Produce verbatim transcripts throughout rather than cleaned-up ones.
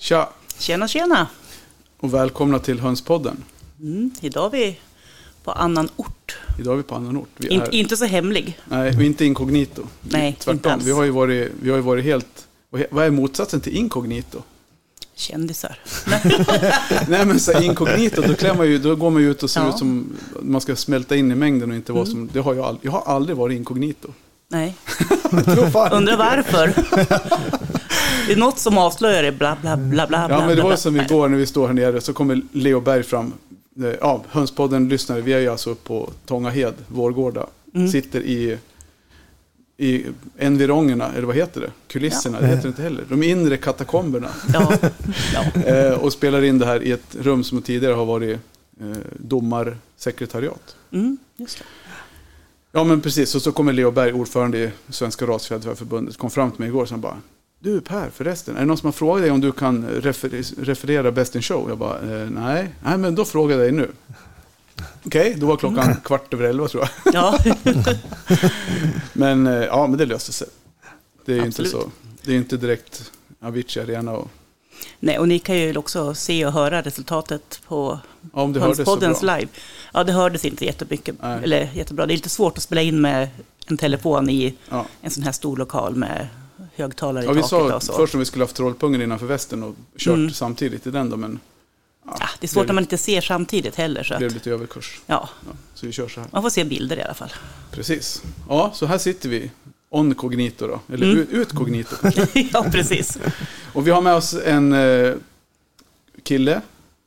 Tja! Tjena, tjena! Och välkomna till Hönspodden. Mm, idag är vi på annan ort. Idag är vi på annan ort. Vi In, är... Inte så hemlig. Nej, vi är inte inkognito. Nej, tvärtom. inte alls. Vi har ju varit, vi har ju varit helt... Vad är motsatsen till inkognito? Kändisar. Nej, men så här, inkognito, då, klär man ju, då går man ju ut och ser Ja. ut som man ska smälta in i mängden och inte vara Mm. som... Det har jag, aldrig, jag har aldrig varit inkognito. Nej. Undrar Undrar varför. Det är något som avslöjar det. Bla, bla, bla, bla, Ja, men det bla, var bla. som igår när vi står här nere så kommer Leo Berg fram. Ja, Hönspodden lyssnare. Vi är ju alltså på Tångahed, Vårgårda. Mm. Sitter i... i environgerna, eller vad heter det? Kulisserna, Ja. det heter det inte heller. De inre katakomberna. Ja. Ja. eh, och spelar in det här i ett rum som tidigare har varit eh, domarsekretariat. Mm, just det. Ja, men precis. Och så kommer Leo Berg, ordförande i Svenska Rasfjäderförbundet, kom fram till mig igår och sa bara: du Per, förresten, är det någon som har frågat dig om du kan refer- referera Best in Show? Jag bara, eh, nej. Nej, men då frågar jag dig nu. Okej, okay, då var klockan kvart över elva tror jag. Ja. Men, eh, ja, men det löste sig. Det är ju inte Absolut. så. Det är inte direkt Avicii Arena. Och, Nej, och ni kan ju också se och höra resultatet på ja, om det hördes så Hönspoddens bra. live. Ja, det hördes inte jättemycket. Nej. Eller jättebra. Det är lite svårt att spela in med en telefon i Ja. en sån här stor lokal med högtalare Ja, i vi taket sa och så. först om vi skulle haft trollpungen innanför västen och kört Mm. samtidigt i den då, men Ja, det är svårt när man inte ser samtidigt heller. Så det att, blev lite överkurs. ja, Ja, så vi kör så här. man får se bilder i alla fall. Precis. Ja, så här sitter vi. On cognito då. Eller Mm. ut, ut cognito kanske. Ja, precis. Och vi har med oss en eh, kille.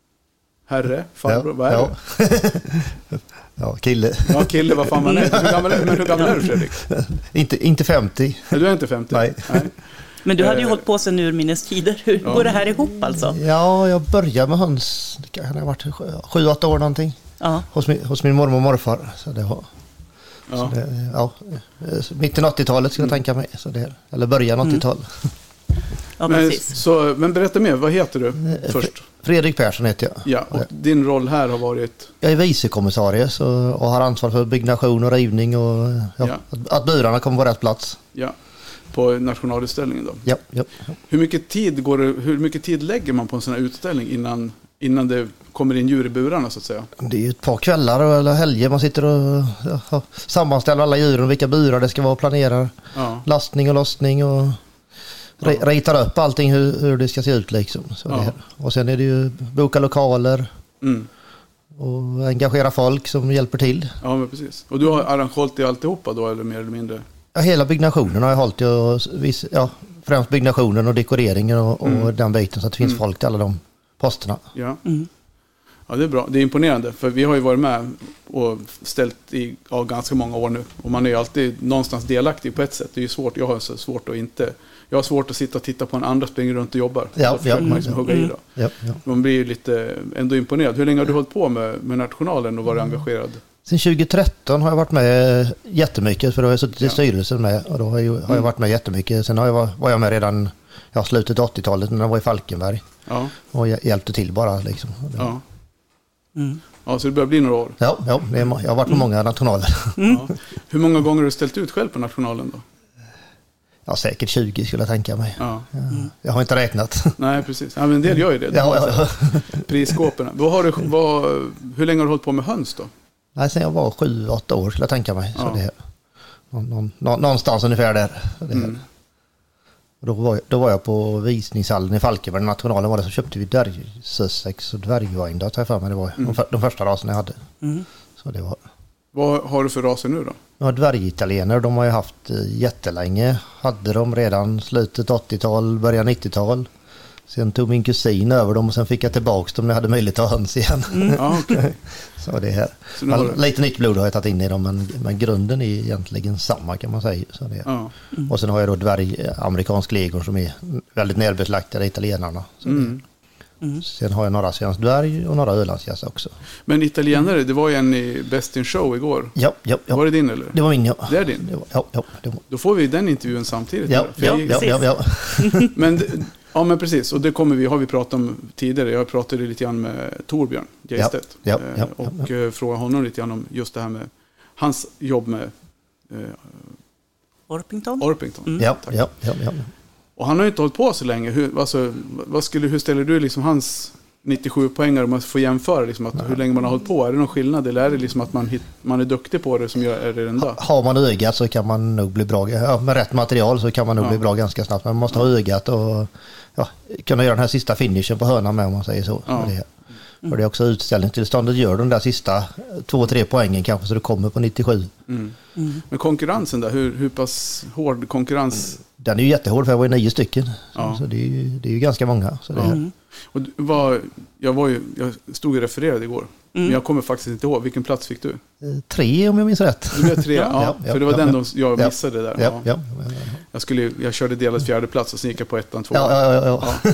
Herre, farbror, vad är ja. det? Ja, kille. Ja, kille, vad fan man är. Hur gammal är, men hur gammal är du, Fredrik? inte, inte femtio. Nej, du är inte femtio? Nej. Men du hade ju Eh. hållit på sen urminnes tider. Hur Ja. går det här ihop alltså? Ja, jag började med höns. Det kan ha varit sju, åtta år någonting. Ja, Hos min, hos min mormor och morfar. Så det var, Ja. så det, ja, mitten av åttiotalet skulle jag tänka mig. Så det, eller början av åttiotal. ja Men, precis. så, men berätta mer, vad heter du först? Fredrik Persson heter jag. Ja, och din roll här har varit... Jag är vicekommissarie så, och har ansvar för byggnation och rivning och ja, Ja. Att, att burarna kommer på rätt plats. Ja, på nationalutställningen då. Ja, ja, ja. Hur mycket tid går det, hur mycket tid lägger man på en sån här utställning innan, innan det kommer in djur i burarna så att säga? Det är ju ett par kvällar eller helger man sitter och ja, sammanställer alla djuren och vilka burar det ska vara och planerar Ja, lastning och lossning och Ja. re- ritar upp allting hur, hur det ska se ut liksom. Så Ja. det, och sen är det ju boka lokaler mm. och engagera folk som hjälper till. Ja, men precis. Och du har arrangerat i alltihopa då, eller mer eller mindre? Ja, hela byggnationen har jag hållit i och viss, ja, främst byggnationen och dekoreringen och, och Mm. den biten så att det finns Mm. folk till alla de posterna. Ja. Mm. Ja, det är bra. Det är imponerande, för vi har ju varit med och ställt i ja, ganska många år nu. Och man är ju alltid någonstans delaktig på ett sätt. Det är ju svårt, jag har så svårt att inte... Jag har svårt att sitta och titta på en andra springa runt och jobbar. Ja, Då försöker ja, man liksom ja. hugga i Mm. då. Ja, ja. Man blir ju lite ändå imponerad. Hur länge har du hållit på med, med nationalen och varit engagerad? Sen tjugo tretton har jag varit med jättemycket för då har jag suttit i Ja. styrelsen med och då har jag, har Mm. jag varit med jättemycket. Sen har jag, var- var jag med redan ja, slutet av åttiotalet när jag var i Falkenberg Ja, och hj- hjälpte till bara liksom. ja. Mm. Ja, så det börjar bli några år. Ja, ja det är, må- jag har varit på många nationaler. Ja. Hur många gånger har du ställt ut själv på nationalen då? Ja, säkert tjugo skulle jag tänka mig. Ja. Ja, jag har inte räknat. Nej, precis. Ja, men en del gör ju det. Ja, ja, ja. Prisskåpen. Vad har du, vad, hur länge har du hållit på med höns då? Nej, sen jag var sju, åtta år skulle jag tänka mig. Så Ja. det, någon, någon, nå- någonstans ungefär där. Så det, Mm. och då, var jag, då var jag på visningshallen i Falkenberg. När nationalen var det så köpte vi dvärg-sussex och dvärgvagn. Då tar jag för mig det var Mm. de, för, de första raserna jag hade. Mm. Så det var... Vad har du för raser nu då? Ja, dvärgitalienare, de har ju haft eh, jättelänge. Hade de redan slutet åttiotal, början nittiotal. Sen tog min kusin över dem och sen fick jag tillbaka dem när jag hade möjlighet att ha höns igen. Ja, okej. Så det här. Så nu har Men, du... lite nytt blod har jag tagit in i dem men, men grunden är egentligen samma kan man säga. Så det. Ja. Och sen har jag då dvärg amerikansk legor som är väldigt närbesläktade italienarna. Så Mm. Mm. sen har jag några svensk dvärg och några ölandsgäss också. Men italienare, det var ju en i Best in Show igår. Ja, ja, ja. Var det din eller? Det var min ja. Det är din? Det var, ja, ja, det var. Då får vi den intervjun samtidigt. Ja, här, för ja, jag- ja, ja, ja. Men, ja, men precis. Och det kommer vi, har vi pratat om tidigare. Jag pratade lite grann med Torbjörn Geistet. Ja, ja, ja, eh, och eh, frågade honom lite grann om just det här med hans jobb med eh, Orpington. Orpington. Mm. Ja, Tack. ja, ja, ja. Och han har ju inte hållit på så länge. Hur, alltså, vad skulle, hur ställer du liksom hans nittiosju poängare om man får jämföra liksom, att hur länge man har hållit på? Är det någon skillnad eller är det liksom att man, hit, man är duktig på det som gör är det enda? Har man ögat så kan man nog bli bra. Ja, med rätt material så kan man nog ja. bli bra ganska snabbt. Men man måste ha ögat och ja, kunna göra den här sista finishen på hörnan med om man säger så. Ja. Det, mm. det är också utställningstillståndet gör de där sista två, tre poängen kanske så du kommer på nittiosju. Mm. Mm. Men konkurrensen där, hur, hur pass hård konkurrens? Den är ju jättehård för jag var ju nio stycken. Ja. Så, så det, är ju, det är ju ganska många. Så det ja. är... Och var, jag, var ju, jag stod och refererade igår. Mm. Men jag kommer faktiskt inte ihåg. Vilken plats fick du? Tre om jag minns rätt. Du blev tre, ja. ja, ja för det var ja, den ja, de, jag missade ja, där. Ja, ja. Ja, ja, ja. Jag, skulle, jag körde delad fjärde plats och sen gick jag på ettan, två. Ja, ja, ja, ja. ja.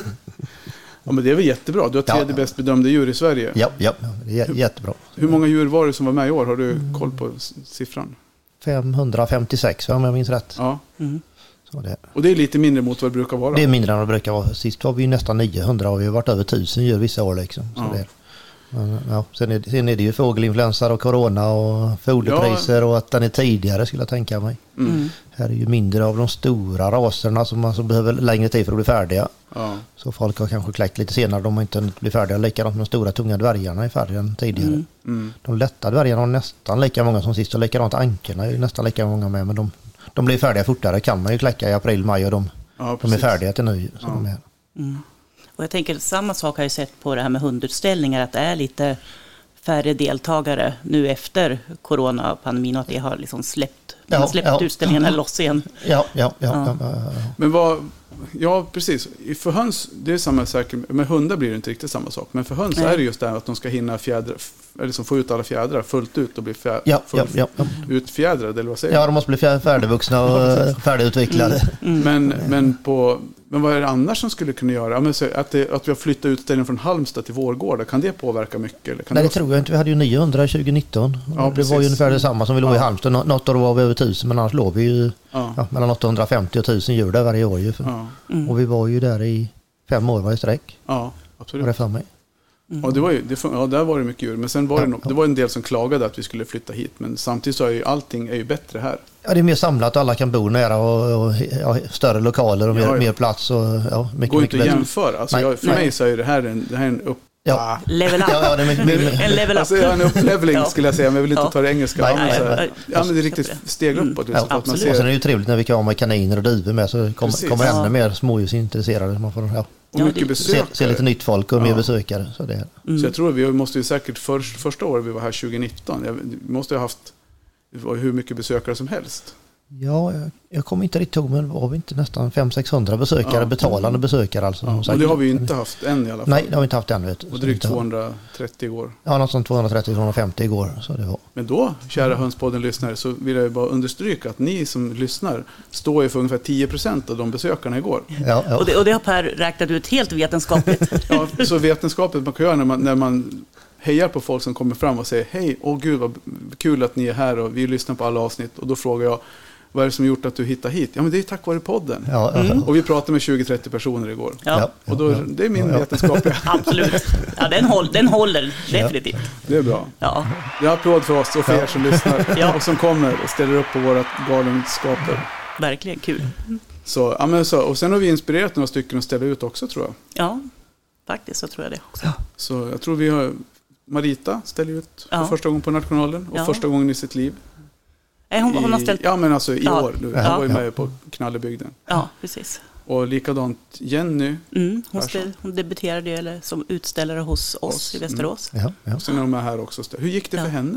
Ja, men det är väl jättebra. Du har tredje ja. bäst bedömde djur i Sverige. Ja, ja, det är jättebra. Hur många djur var det som var med i år? Har du koll på siffran? femhundrafemtiosex om jag minns rätt. Ja. Mm. Så det. Och det är lite mindre mot vad det brukar vara? Det är mindre än vad det brukar vara. Sist var vi nästan niohundra och vi har varit över tusen djur vissa år. Liksom. Så ja. det. Men, ja, sen, är det, sen är det ju fågelinfluenser och corona och foderpriser ja. och att den är tidigare skulle jag tänka mig. Mm. Här är ju mindre av de stora raserna som alltså behöver längre tid för att bli färdiga. Ja. Så folk har kanske kläckt lite senare. De har inte blivit färdiga. Likadant med de stora tunga dvärgarna är färre än tidigare. Mm. Mm. De lätta dvärgarna har nästan lika många som sist och likadant ankorna är ju nästan lika många med. Men de, de blir färdiga fortare. Kan man ju kläcka i april, maj och de, ja, de är färdiga till nu. Så ja. de är. Mm. Och jag tänker samma sak har jag sett på det här med hundutställningar. Att det är lite färre deltagare nu efter coronapandemin och att det har liksom släppt, ja, släppt ja. utställningarna loss igen. Ja, ja, ja. ja. ja, ja. Men vad, ja precis. För höns, det är samma sak. Med hundar blir det inte riktigt samma sak. Men för höns Nej. är det just det här att de ska hinna fjädra, eller liksom få ut alla fjädrar fullt ut och bli fjär, ja, full, ja, ja. utfjädrade, eller vad säger Ja, de måste bli färdigvuxna och ja, färdigutvecklade. Mm. Mm. Men, men, på, men vad är det annars som skulle kunna göra? Men så att, det, att vi har flyttat utställningen från Halmstad till Vårgårda, kan det påverka mycket? Eller kan Nej, det, det tror jag inte. Vi hade ju niohundra tjugonitton. Ja, det var ju ungefär detsamma som vi låg ja. i Halmstad. Nå- något år var vi över tusen, men annars låg vi ju ja. Ja, mellan åttahundrafemtio och tusen djur där varje år. Ju för. Ja. Mm. Och vi var ju där i fem år varje sträck. Ja, absolut. Var det för mig. Mm. Ja, det var ju, det, ja, där var det mycket djur. Men sen var det, no, det var en del som klagade att vi skulle flytta hit. Men samtidigt så är ju allting är ju bättre här. Ja, det är mer samlat och alla kan bo nära och, och ja, större lokaler och mer, ja, ja. mer plats. Och, ja, mycket, går mycket inte att jämföra. Alltså, jag, för Nej. mig så är det här en, det här är en upp... Ja. Level up. Ja, ja, det är mycket, mycket. En level up. Alltså, ja, en uppleveling ja. skulle jag säga, men jag vill inte ja. ta det engelska. Nej, nej, nej, nej. Ja, men det är riktigt steg uppåt. Mm. Ja, att man ser... Och sen är det ju trevligt när vi kan ha med kaniner och duvor med så kommer, kommer ja. ännu mer smådjursintresserade. Man får, ja. Och mycket ja, besökare. Se, se lite nytt folk och ja. mer besökare. Så, det är. Mm. Så jag tror vi måste ju säkert för, första året vi var här tjugonitton. Jag, vi måste ha haft hur mycket besökare som helst. Ja, jag, jag kommer inte riktigt ihåg, men var vi inte nästan fem hundra till sexhundra besökare, ja. betalande besökare alltså. Ja. Och det har vi ju inte haft än i alla fall. Nej, det har vi inte haft än. Vet du. Och drygt tvåhundratrettio igår. Ja, något som tvåhundratrettio till tvåhundrafemtio igår. Så det var. Men då, kära Hönspodden-lyssnare, så vill jag bara understryka att ni som lyssnar står ju för ungefär tio procent av de besökarna igår. Ja, ja. Och, det, och det har Per räknat ut helt vetenskapligt. Ja, så vetenskapligt man kan göra när man, när man hejar på folk som kommer fram och säger hej, åh gud vad kul att ni är här och vi lyssnar på alla avsnitt. Och då frågar jag, vad är det som gjort att du hittar hit? Ja, men det är tack vare podden. Ja, ja, mm. Och vi pratade med tjugo till trettio personer igår. Ja. Och då, det är min ja. vetenskapliga. Absolut. Ja, den, håll, den håller definitivt. Det är bra. Ja. Det är applåd för oss och för ja. er som lyssnar. Ja. Och som kommer och ställer upp på våra galenskaper. Verkligen kul. Så, ja, men så, och sen har vi inspirerat några stycken att ställa ut också, tror jag. Ja, faktiskt så tror jag det också. Så jag tror vi har Marita ställer ut för ja. första gången på Nationalen och ja. första gången i sitt liv. Nej, hon, hon har ställt... I, ja, men alltså i ja. år. Nu. Ja. Jag var ju med på Knallebygden. Ja, precis. Och likadant Jenny. Mm, hon, ställ, hon debuterade eller, som utställare hos oss, oss. i Västerås. Mm. Ja, ja. Och sen är de här också. Hur gick det ja. för henne?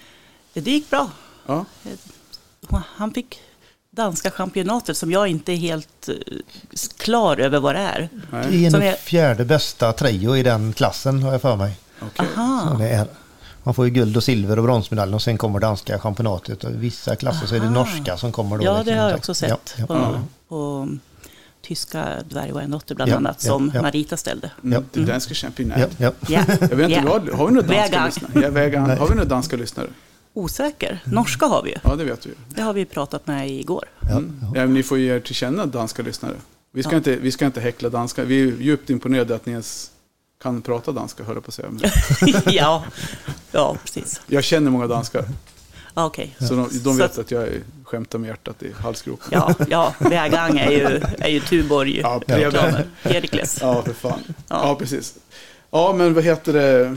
Det gick bra. Ja. Han fick danska championatet som jag inte är helt klar över vad det är. Nej. Det är den är... fjärde bästa trio i den klassen har jag för mig. Okay. Så det är. Man får ju guld och silver och bronsmedalj och sen kommer danska championatet. Och i vissa klasser Aha. så är det norska som kommer då. Ja, liksom. det har jag också sett ja, ja. På, ja. på tyska dvärgvargendotter bland ja, annat ja, som ja. Marita ställde. Mm. Den danska championatet. Ja, ja. Jag vet inte, ja. vad, har vi några danska Vägang. lyssnare? Ja, vägang. Har vi några danska lyssnare? Osäker. Norska har vi ju. Ja, det vet vi. Det har vi pratat med igår. Mm. Ja, ni får ge er till känna danska lyssnare. Vi ska, ja. inte, vi ska inte häckla danska. Vi är djupt imponerade att ni ens kan prata danska, höll jag på att säga. ja. ja, precis. Jag känner många danskar. Ah, okay. Så de, de vet så att jag är, skämtar med hjärtat i halsgropen. Ja, ja, Vägang är ju, är ju Tuborg. Ja, Perikles. Ja, för fan. Ja. ja, precis. Ja, men vad heter det?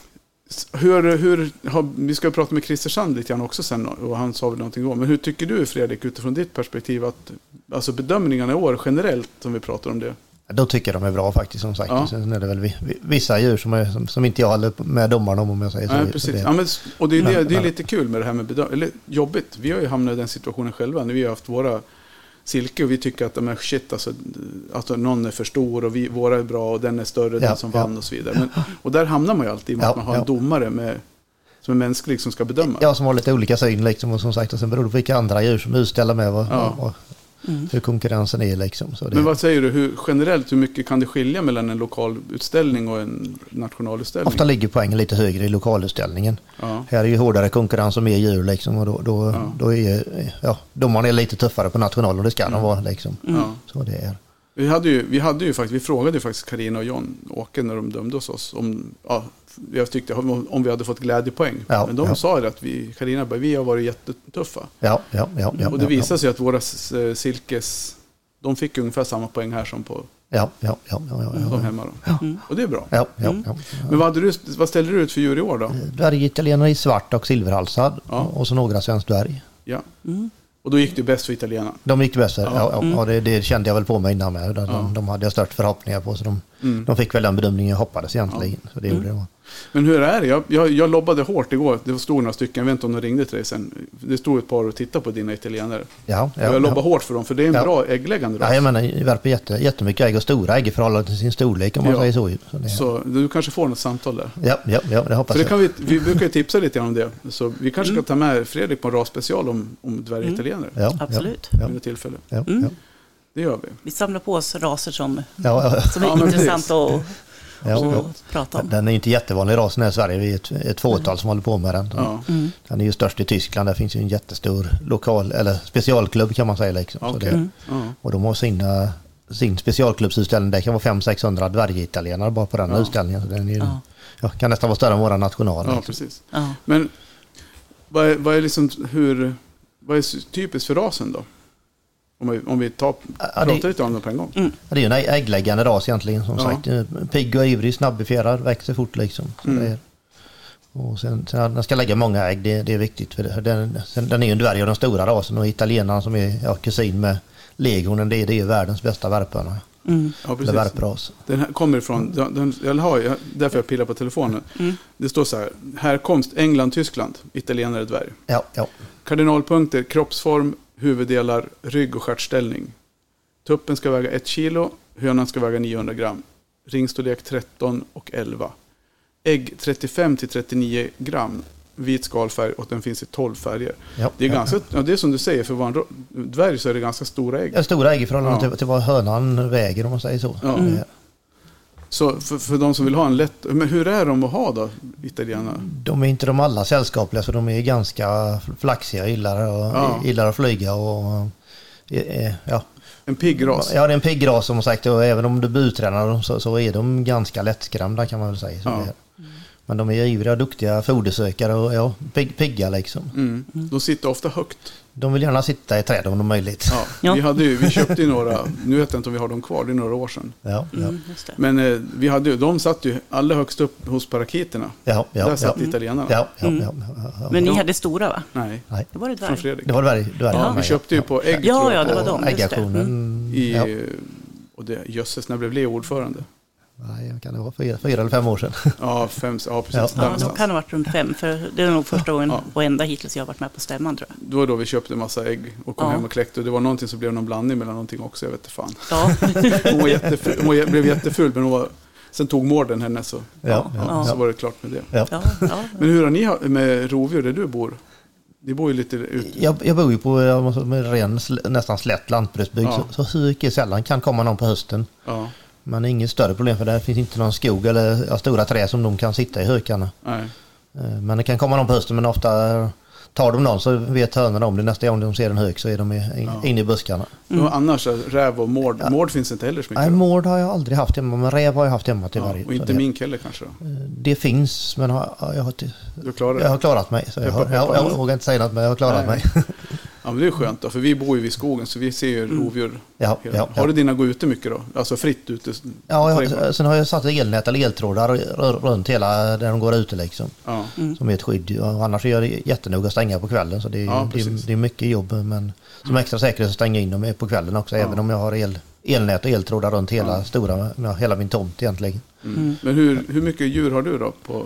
Hur, hur, har, vi ska prata med Christer Sand lite grann också sen, och han sa väl någonting då. Men hur tycker du, Fredrik, utifrån ditt perspektiv, att alltså bedömningarna i år generellt, som vi pratar om det? Då tycker jag de är bra faktiskt, som sagt. Ja. Sen är det väl vissa djur som, är, som, som inte jag håller med domarna om, om jag säger så. Nej, precis. Det, ja, men, och det är, men, det, det är men, lite kul med det här med bedömning. Eller jobbigt. Vi har ju hamnat i den situationen själva när vi har haft våra silke och vi tycker att men shit, alltså, alltså någon är för stor och vi, våra är bra och den är större, ja, den som ja. vann och så vidare. Men, och där hamnar man ju alltid med ja, att man har ja. en domare med, som är mänsklig som ska bedöma. Ja, som har lite olika syn liksom, och som sagt, och sen beror det på vilka andra djur som utställer med vad, ja. och, och, mm. hur konkurrensen är liksom. Så det... Men vad säger du, hur, generellt, hur mycket kan det skilja mellan en lokal utställning och en nationalutställning? Ofta ligger poängen lite högre i lokalutställningen. Ja. Här är ju hårdare konkurrens och mer djur liksom, och då, då, ja. då är ja, domarna är lite tuffare på national och det ska mm. de vara liksom. Mm. Så det är. Vi hade ju, vi hade ju faktiskt, vi frågade ju faktiskt Carina och John Åke när de dömde hos oss om, ja, jag tyckte om vi hade fått glädjepoäng. Ja, men de ja. sa det att vi, Carina, vi har varit jättetuffa. Ja, ja, ja, ja, och det ja, visade ja. sig att våra silkes, de fick ungefär samma poäng här som på ja, ja, ja, ja, ja, de hemma. Då. Ja. Mm. Och det är bra. Ja, ja, mm. ja, ja. Men vad, hade du, vad ställde du ut för djur i år då? Dvärgitalienare i svart och silverhalsad, ja. och så några svensk dvärg. Ja. Mm. Och då gick det bäst för italienarna? De gick det bäst för, ja. ja, ja, mm. ja det, det kände jag väl på mig innan med. De, ja. de hade jag stört förhoppningar på, så de, mm. de fick väl den bedömningen jag hoppades egentligen. Ja. Så det mm. det. Men hur är det? Jag, jag, jag lobbade hårt igår. Det stod några stycken, jag vet inte om de ringde till dig sen. Det stod ett par och tittade på dina italienare. Ja, ja, och jag lobbade ja. hårt för dem, för det är en ja. bra äggläggande ras. Ja, jag menar, det värper jätte, jättemycket ägg och stora ägg i förhållande till sin storlek, om man ja. säger så. Så, det, så du kanske får något samtal där. Ja, ja, ja det hoppas så det jag. Kan vi, vi brukar ju tipsa lite om det. Så vi kanske mm. ska ta med Fredrik på en rasspecial om, om dvärgitalienare. Mm. Ja, absolut. Ja. Vid tillfälle. Ja, mm. ja. Det gör vi. Vi samlar på oss raser som, ja, ja. som är ja, intressant att ja, ja. prata om. Den är inte jättevanlig rasen här i Sverige. Vi är ett, ett fåtal mm. som håller på med den. Ja. Mm. Den är ju störst i Tyskland. Där finns ju en jättestor lokal, eller specialklubb kan man säga. Liksom. Okay. Så det, mm. Och de har sina, sin specialklubbsutställning. Det kan vara fem sexhundra dvärgitalienare bara på den ja. utställningen. Så den är ju, ja. Ja, kan nästan vara större än våra nationaler. Ja, liksom. precis. Ja. Men vad är, vad är liksom hur, vad är typiskt för rasen då? Om vi, om vi tar, ja, pratar det, lite om det på en gång. Mm. Ja, det är ju en äggläggande ras egentligen, som ja. sagt. Pigg och ivrig, snabbefjärad, växer fort liksom. Så mm. det är, och sen, sen den ska lägga många ägg, det, det är viktigt. För det, den, sen, den är ju en dvärg av den stora rasen, och italienaren som är ja, kusin med legonen, det, det är ju världens bästa värparna. Mm. Ja, precis. Värpras. Den här kommer ifrån, den, den, jag har, jag, därför jag pillar på telefonen. Mm. Det står så här, härkomst England, Tyskland, italienare, dvärg. Ja, ja. Kardinalpunkter, kroppsform, huvuddelar, rygg och stjärtställning. Tuppen ska väga ett kilo, hönan ska väga niohundra gram. Ringstorlek tretton och elva. Ägg trettiofem till trettionio gram. Vit skalfärg, och den finns i tolv färger. Ja, det är ja, ganska, ja. det är som du säger, för var en dvärg så är det ganska stora ägg. Ja, stora ägg i förhållande ja. till, till vad hönan väger, om man säger så. Ja. Mm. Så för, för de som vill ha en lätt... Men hur är de att ha då, italienarna? De är inte de alla sällskapliga, så de är ganska flaxiga, gillar, och, ja. gillar att flyga och... Ja. En pigg ras. Ja, det är en pigg ras som sagt, och även om du betränar dem så, så är de ganska lättskrämda, kan man väl säga. Så ja. det är. Men de är ivriga, duktiga fodersökare och ja, pig, pigga liksom. Mm. De sitter ofta högt. De vill gärna sitta i träd om det är möjligt. Ja, ja. Vi, hade ju, vi köpte ju några, nu vet jag inte om vi har dem kvar, det är några år sedan. Ja, ja. Mm, Men eh, vi hade ju, de satt ju allra högst upp hos parakiterna. Ja, ja, där satt ja. italienarna. Ja, ja, mm. ja, ja, ja. Men ni hade stora, va? Nej, Nej. Det var det dvärg. Från Fredrik. Det var dvärg. dvärg ja, vi köpte ju på ägg. Ja, ja, det var de. Äggaktionen. Mm. I, ja. Och det, jösses, när blev Leo ordförande? Nej, kan det vara fyra, fyra eller fem år sedan. Ja, fem, ja precis. Ja, ja, de kan ha varit runt fem, för det är nog första gången ja. och enda hittills jag har varit med på stämman, tror jag. Det var då vi köpte en massa ägg och kom ja. hem och kläckte. Det var någonting som blev någon blandning mellan någonting också, jag vet inte fan. Ja. Hon, var jätteful, hon blev jätteful, men hon var, sen tog morden henne så, ja, ja, ja. så var det klart med det. Ja. Ja, ja. Men hur har ni med rovdjur där du bor? Ni bor ju lite ut. Jag, jag bor ju på med ren, nästan slätt lantbruksbygd, ja. så, så hur sällan kan komma någon på hösten. Ja. Men det är inget större problem, för där finns inte någon skog eller ja, stora träd som de kan sitta i hökarna. Nej. Men det kan komma någon på hösten, men ofta tar de någon så vet hönorna om det. Nästa gång de ser en hök så är de in, ja. inne i buskarna. Mm. Och annars räv och mård. Ja. Mård finns inte heller så mycket. Nej, mård har jag aldrig haft hemma, men räv har jag haft hemma till ja, varje. Och inte mink heller kanske då? Det finns, men har, jag, har, du klarar jag har klarat mig. Så jag, har, jag, jag, jag vågar inte säga något, men jag har klarat Nej. mig. Ja, men det är skönt då, för vi bor ju vid skogen så vi ser ju rovdjur. Mm. Ja, ja, har ja. du dina gå ute mycket då? Alltså fritt ute? Ja, jag, sen har jag satt elnät eller eltrådar runt hela där de går ute liksom. Ja. Mm. Som är ett skydd. Och annars är det jättenoga att stänga på kvällen. Så det är, ja, det, är, det är mycket jobb, men som extra säkerhet så stänger in dem på kvällen också. Ja. Även om jag har el, elnät och eltrådar runt hela, ja. stora, ja, hela min tomt egentligen. Mm. Mm. Men hur, hur mycket djur har du då på...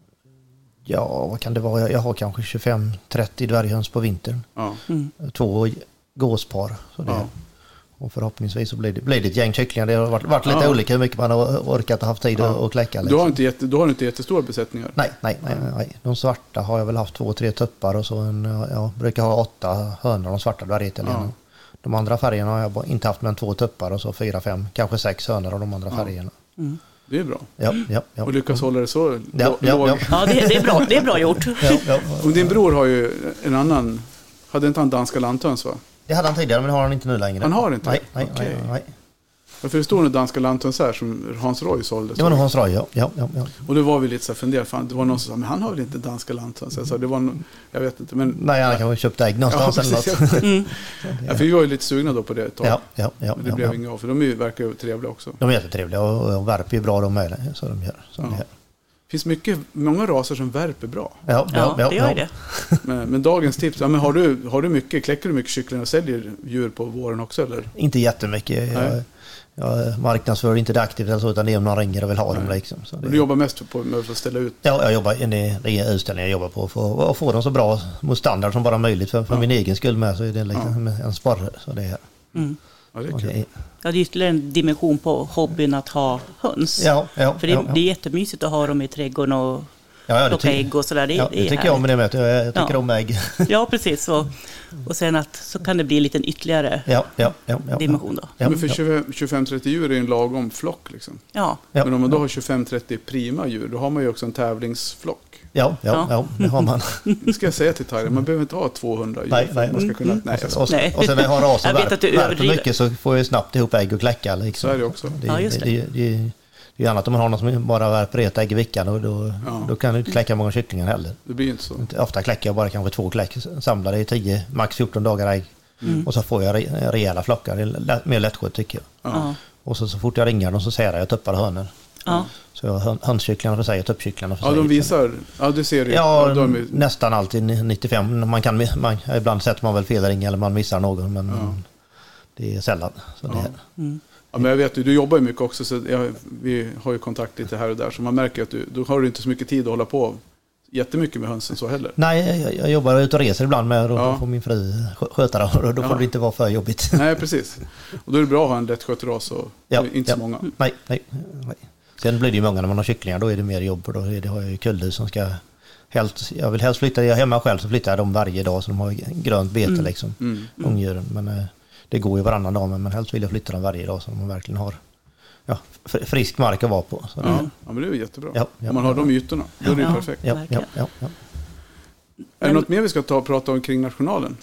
Ja, vad kan det vara? Jag har kanske tjugofem trettio dvärghöns på vintern. Ja. Mm. Två gåspar. Så det, ja. Och förhoppningsvis så blir det, blir det ett gäng kycklingar. Det har varit, varit lite ja. olika hur mycket man har orkat och haft tid ja. att kläcka. Liksom. Du, har inte jätte, du har inte jättestora besättningar? Nej, nej, nej, nej. De svarta har jag väl haft två, tre tuppar och så en, jag brukar ha åtta hönor, de svarta dvärgitalienarna. Ja. De andra färgerna har jag inte haft med två tuppar och så fyra, fem, kanske sex hönor av de andra ja. färgerna. Mm. Det är bra. Ja, ja, ja. Och lyckas hålla det så ja, ja, ja. ja det, det, är bra, det är bra gjort. Ja, ja. Och din bror har ju en annan, hade inte han danska lantöns va? Det hade han tidigare, men har han inte nu längre. Han har inte? Nej, nej, okay. nej, nej. Varför det stod en danska lantöns här som Hans Roy sålde? Det var nog Hans Roy, ja. ja, ja, ja. Och då var vi lite så funderade, fan, det var någon som sa, men han har väl inte danska lantöns? Jag sa, det var någon, jag vet inte. Men, nej, han kanske köpte ägg någonstans ja, eller något. Mm. Ja, för vi var ju lite sugna då på det ett tag. Ja, ja, ja, men det ja, blev ja. inga av, för de är ju, verkar ju trevliga också. De är jättetrevliga och, och värper ju bra de med det, så de gör. Så ja. de gör. Det finns mycket, många raser som värper bra. Ja, ja, ja, ja det gör ja. det. Men, men dagens tips, ja, men har, du, har du mycket, kläcker du mycket kycklingar och säljer djur på våren också? Eller? Inte jättemycket. Jag, jag marknadsför inte det aktivt, alltså, utan det är om någon ringer och vill ha Nej. dem. Liksom. Så det, du jobbar mest på med att ställa ut? Ja, jag jobbar i en utställning jag jobbar på för att få dem så bra mot standard som bara möjligt. För, för ja. min egen skull med så är det liksom ja. en sporre. Så det är, mm. ja, det är kul. Det är, ja, det är ytterligare en dimension på hobbyn att ha höns. Ja, ja, för det, ja, ja. det är jättemysigt att ha dem i trädgården och ja, ja, plocka ägg och sådär. Det, ja, det, det tycker härligt. jag om det med. Jag, jag tycker ja. om ägg. Ja, precis. Och, och sen att så kan det bli en liten ytterligare ja, ja, ja, ja, dimension då. Ja, men för tjugofem trettio djur är en lagom flock liksom. Ja. Men om man då har tjugofem trettio prima djur, då har man ju också en tävlingsflock. Ja, ja, ja. ja det har man. Det ska jag säga till Tyra, man behöver inte ha tvåhundra djur. Nej, nej. Man ska kunna, nej, och, och, nej. och sen när jag har ras och värper mycket så får jag snabbt ihop ägg och kläcka. Liksom. Så är det också. Det, ja, just det. det, det, det, det är annat om man har någon som bara värper ett ägg i veckan och då, ja. då kan du inte kläcka många kycklingar heller. Det blir inte så. Ofta kläcker jag bara kanske två kläck, samlar det i tio, max fjorton dagar ägg. Mm. Och så får jag re, rejäla flockar, det är mer lättskött tycker jag. Ja. Och så, så fort jag ringer dem så säger jag tuppar och hönor. Ja. Så jag har hönskycklingarna för sig och tuppkycklingarna för sig. Ja, de visar, ja du ser det. Ja, ja de är... nästan alltid nittiofem. Man kan, man, ibland sätter man väl felring eller man missar någon, men ja. det är sällan. Så ja. det är. Mm. Ja, men jag vet ju, du jobbar ju mycket också så jag, vi har ju kontakt lite här och där så man märker att du, då har du inte så mycket tid att hålla på jättemycket med hönsen så heller. Nej, jag, jag jobbar ut och reser ibland med och då ja. får min fru sköta det och då får ja. det inte vara för jobbigt. Nej, precis. Och då är det bra att ha en lättskött ras och ja. inte ja. så många. Nej, nej, nej. Sen blir det ju många när man har kycklingar, då är det mer jobb och då är det, har jag ju kullhus som ska helst, jag vill helst flytta, jag hemma själv så flyttar jag dem varje dag så de har grönt bete mm. liksom, mm. ungdjuren. Men det går ju varannan dag, men helst vill jag flytta dem varje dag så de verkligen har ja, frisk mark att vara på. Så ja. det, ja, men det är ju jättebra. Ja, ja, Om man har ja. de ytorna, då är det ju ja, perfekt. Ja, ja, ja, ja. Är det något mer vi ska ta och prata om kring nationalen?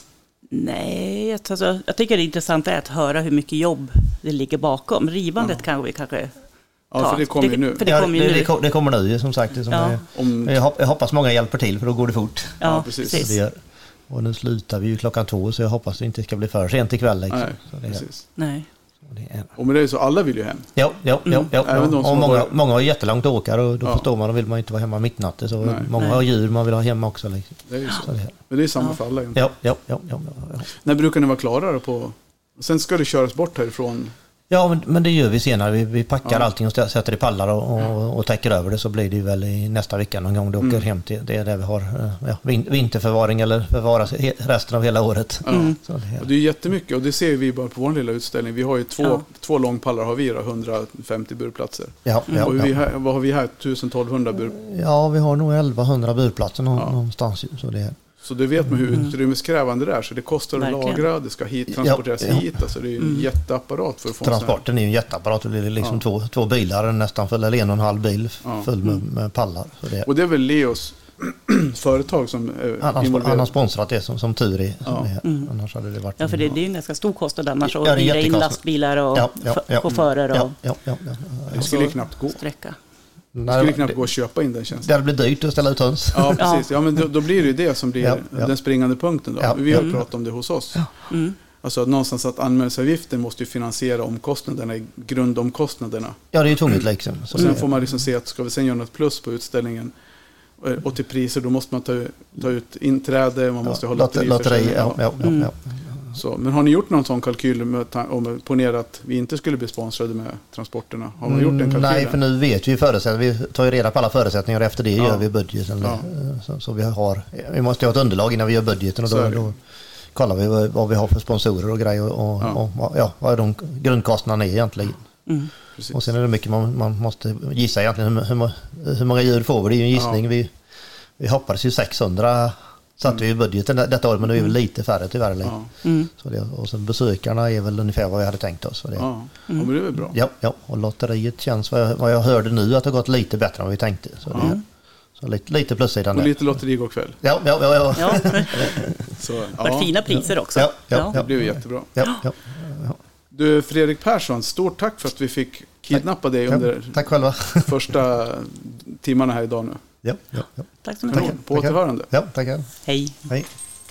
Nej, alltså, jag tycker det intressanta är att höra hur mycket jobb det ligger bakom. Rivandet ja. kan vi kanske ta. Ja, för det kommer ju nu. För det, ja, kommer det, ju det, nu. det kommer nu, som sagt. Som ja. är, om... jag hoppas många hjälper till, för då går det fort. Ja, ja precis. precis. Det gör. Och nu slutar vi ju klockan två, så jag hoppas det inte ska bli för sent ikväll. Liksom. Nej, så det precis. Nej. Är... Och med det är så alla vill ju hem. Ja, ja, ja. ja, ja. Även de och många, varit... många har jättelångt att åka och då ja. förstår man, då vill man inte vara hemma mitt natten. Så Nej. många Nej. har djur man vill ha hemma också. Liksom. Det är ju så. så det Men det är samma ja. för alla egentligen. Ja, ja, ja, ja, ja. När brukar ni vara klara då på... Sen ska det köras bort härifrån. Ja, men, men det gör vi senare. Vi, vi packar ja. allting och sätter i pallar och, och, och täcker över det, så blir det ju väl i nästa vecka någon gång. Det åker mm. hem till det är där vi har ja, vinterförvaring eller förvaras resten av hela året. Ja. Mm. Så det, är... Och det är jättemycket och det ser vi bara på vår lilla utställning. Vi har ju två, ja. två långpallar har vi då, hundrafemtio burplatser. Ja, ja, och vi ja. här, vad har vi här? tusen tolvhundra bur? Ja, vi har nog elvahundra burplatser nå- ja. någonstans. Så det är... Så det vet man hur utrymmeskrävande det är. Så det kostar att lagra, det ska hit, transporteras ja, ja. hit. Alltså det är en mm. jätteapparat för att få transporten är ju en jätteapparat. Det är liksom ja. två, två bilar nästan full, eller en och en halv bil full med, mm. med pallar. Så det... Och det är väl Leos företag som är han, involverade. Han har sponsrat det som, som tur är. Ja. Mm. Annars hade det varit... Ja, för det, det är ju en ganska stor kostnad annars att ja, hyra in lastbilar och ja, ja, ja. chaufförer och ja, ja, ja, ja. Det skulle ju knappt gå. sträcka. Det skulle knappt gå att köpa in den tjänsten. Det blir dyrt att ställa ut höns. Ja, precis. Ja, men då, då blir det ju det som blir ja, ja. den springande punkten. Då. Ja, Vi har ja. pratat om det hos oss. Ja. Mm. Alltså att någonstans att anmälningsavgiften måste ju finansiera omkostnaderna, grundomkostnaderna. Ja, det är ju tvunget liksom. Så och sen får man liksom se att ska vi sen göra något plus på utställningen och till priser, då måste man ta, ta ut inträde, man måste ja, ha lotteri. lotteri ja, ja, ja, mm. ja. Så, men har ni gjort någon sån kalkyl med, om ponera att vi inte skulle bli sponsrade med transporterna? Har man gjort den kalkylen? Nej, för nu vet vi förutsättningar. Vi tar ju reda på alla förutsättningar och efter det ja. gör vi budgeten. Ja. Så, så vi har, vi måste ha ett underlag innan vi gör budgeten och då, då kollar vi vad, vad vi har för sponsorer och grejer och, ja. och, och ja, vad är de grundkostnaderna är egentligen. Mm. Och sen är det mycket man, man måste gissa egentligen hur, hur, hur många djur får vi. Det är ju en gissning. Ja. Vi, vi hoppades ju sexhundra satt mm. vi i budgeten detta år, men nu är vi lite färre tyvärr. Ja. Mm. Så det, och sen besökarna är väl ungefär vad vi hade tänkt oss. Så det, ja. Mm. Ja, men det är väl bra. Ja, ja, och lotteriet känns vad jag, vad jag hörde nu att det har gått lite bättre än vad vi tänkte. Så, ja. det, så lite, lite plussidan och där. lite lotteri igår kväll. Ja, ja, ja. ja. ja. Så, ja. Var fina priser också. Ja, ja, ja. Det blev jättebra. Ja, ja, ja. Du, Fredrik Persson, stort tack för att vi fick kidnappa dig under ja, tack själva. första timmarna här idag nu. Ja, ja, ja. Tack så mycket. Tack. På återhörande. Ja, tackar. Hej. Hej.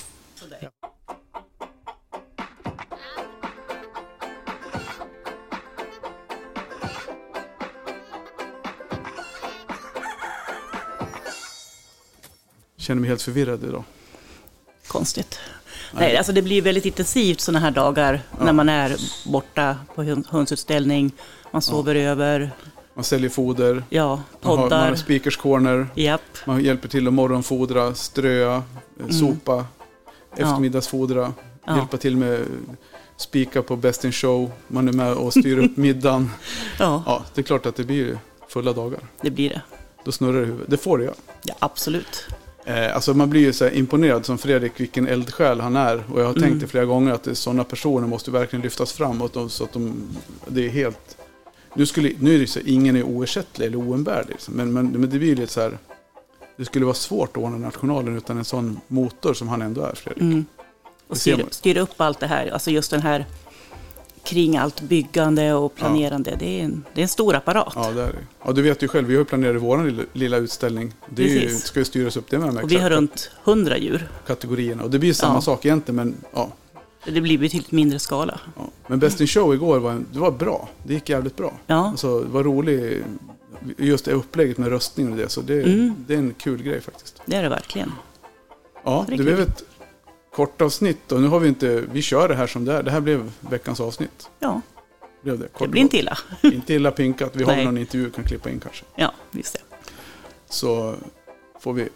Känner mig helt förvirrad idag. Konstigt. Nej, Nej alltså det blir väldigt intensivt sådana här dagar ja. när man är borta på hönsutställning. Man sover ja. över. Man säljer foder. Ja, poddar. Man har, man har speakers corner. Japp. Man hjälper till att morgonfodra, ströa, mm. sopa, eftermiddagsfodra. Ja. Hjälpa till med spika på Best in Show. Man är med och styr upp middagen. ja. ja, det är klart att det blir fulla dagar. Det blir det. Då snurrar det i huvudet. Det får det ja. Ja, absolut. Eh, alltså man blir ju så här imponerad som Fredrik, vilken eldsjäl han är. Och jag har tänkt mm. det flera gånger att det, sådana personer måste verkligen lyftas framåt. Och, så att de, det är helt... Nu, skulle, nu är det så ingen är oersättlig eller oumbärlig. Liksom. Men, men, men det blir lite så här... Det skulle vara svårt att ordna nationalen utan en sån motor som han ändå är, Fredrik. Mm. Och styra, styra upp allt det här. Alltså just den här kring allt byggande och planerande. Ja. Det, är en, det är en stor apparat. Ja, det är det. Ja, du vet ju själv, vi har ju planerat vår lilla, lilla utställning. Det är ju, ska ju styras upp det med. Och vi har runt hundra djur. Kategorierna. Och det blir samma ja. sak egentligen, men ja. Det blir betydligt mindre skala. Ja. Men Best in Show igår var, det var bra. Det gick jävligt bra. Ja. Alltså, det var roligt. Just det upplägget med röstning och det. Så det, mm. det är en kul grej faktiskt. Det är det verkligen. Ja, det, det blev ett kort avsnitt. Och nu har vi inte, vi kör det här som det är. Det här blev veckans avsnitt. Ja. Blev det, det blir inte illa. Inte illa pinkat. Vi har Nej. någon intervju kan klippa in kanske. Ja, just det. Så får vi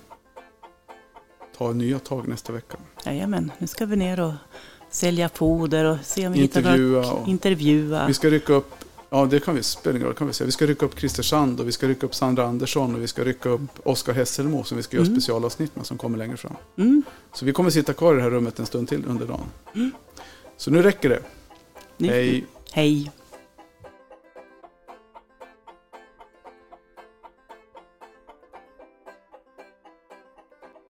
ta nya tag nästa vecka. Jajamän, nu ska vi ner och sälja foder och se om vi intervjua hittar något. Intervjua. Vi ska rycka upp, ja det kan vi spela, kan vi säga. Vi ska rycka upp Christer Sand och vi ska rycka upp Sandra Andersson och vi ska rycka upp Oskar Hesselmo som vi ska göra mm. specialavsnitt med som kommer längre fram. Mm. Så vi kommer sitta kvar i det här rummet en stund till under dagen. Mm. Så nu räcker det. Nu. Hej. Hej.